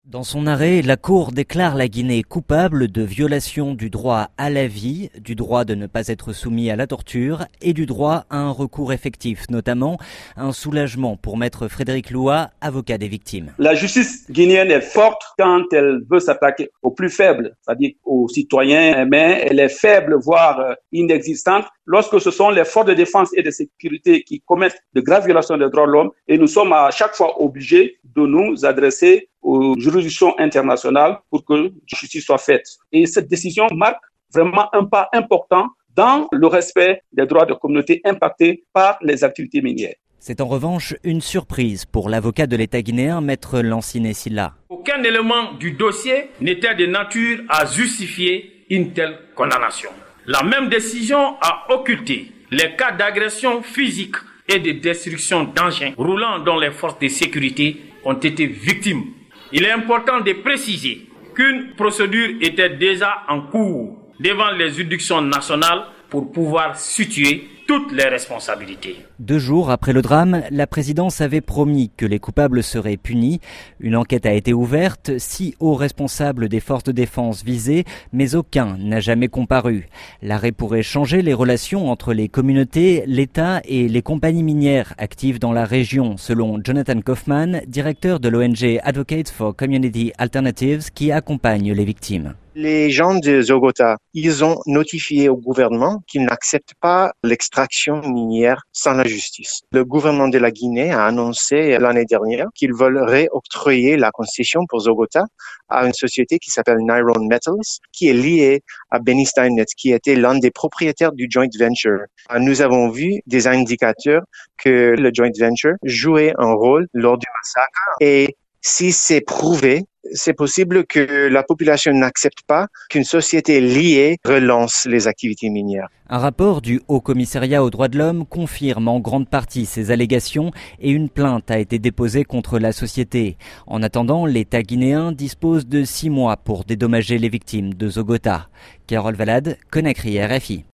Dans son arrêt, la Cour déclare la Guinée coupable de violation du droit à la vie, du droit de ne pas être soumis à la torture et du droit à un recours effectif, notamment un soulagement pour maître Frédéric Loua, avocat des victimes. La justice guinéenne est forte quand elle veut s'attaquer aux plus faibles, c'est-à-dire aux citoyens, mais elle est faible, voire inexistante, lorsque ce sont les forces de défense et de sécurité qui commettent de graves violations des droits de l'homme, et nous sommes à chaque fois obligés de nous adresser aux juridictions internationales pour que justice soit faite. Et cette décision marque vraiment un pas important dans le respect des droits de communautés impactées par les activités minières. C'est en revanche une surprise pour l'avocat de l'État guinéen, maître Lanciné Silla. Aucun élément du dossier n'était de nature à justifier une telle condamnation. La même décision a occulté les cas d'agression physique et de destruction d'engins roulant dont les forces de sécurité ont été victimes. Il est important de préciser qu'une procédure était déjà en cours devant les juridictions nationales pour pouvoir situer toutes les responsabilités. 2 jours après le drame, la présidence avait promis que les coupables seraient punis. Une enquête a été ouverte, 6 hauts responsables des forces de défense visés, mais aucun n'a jamais comparu. L'arrêt pourrait changer les relations entre les communautés, l'État et les compagnies minières actives dans la région, selon Jonathan Kaufman, directeur de l'ONG Advocates for Community Alternatives, qui accompagne les victimes. Les gens de Zogota, ils ont notifié au gouvernement qu'ils n'acceptent pas l'extraction minière sans la justice. Le gouvernement de la Guinée a annoncé l'année dernière qu'ils veulent réoctroyer la concession pour Zogota à une société qui s'appelle Nyron Metals, qui est liée à Benny Steinmetz, qui était l'un des propriétaires du joint venture. Nous avons vu des indicateurs que le joint venture jouait un rôle lors du massacre et si c'est prouvé, c'est possible que la population n'accepte pas qu'une société liée relance les activités minières. Un rapport du Haut Commissariat aux droits de l'homme confirme en grande partie ces allégations et une plainte a été déposée contre la société. En attendant, l'État guinéen dispose de 6 mois pour dédommager les victimes de Zogota. Carole Valade, Conakry, RFI.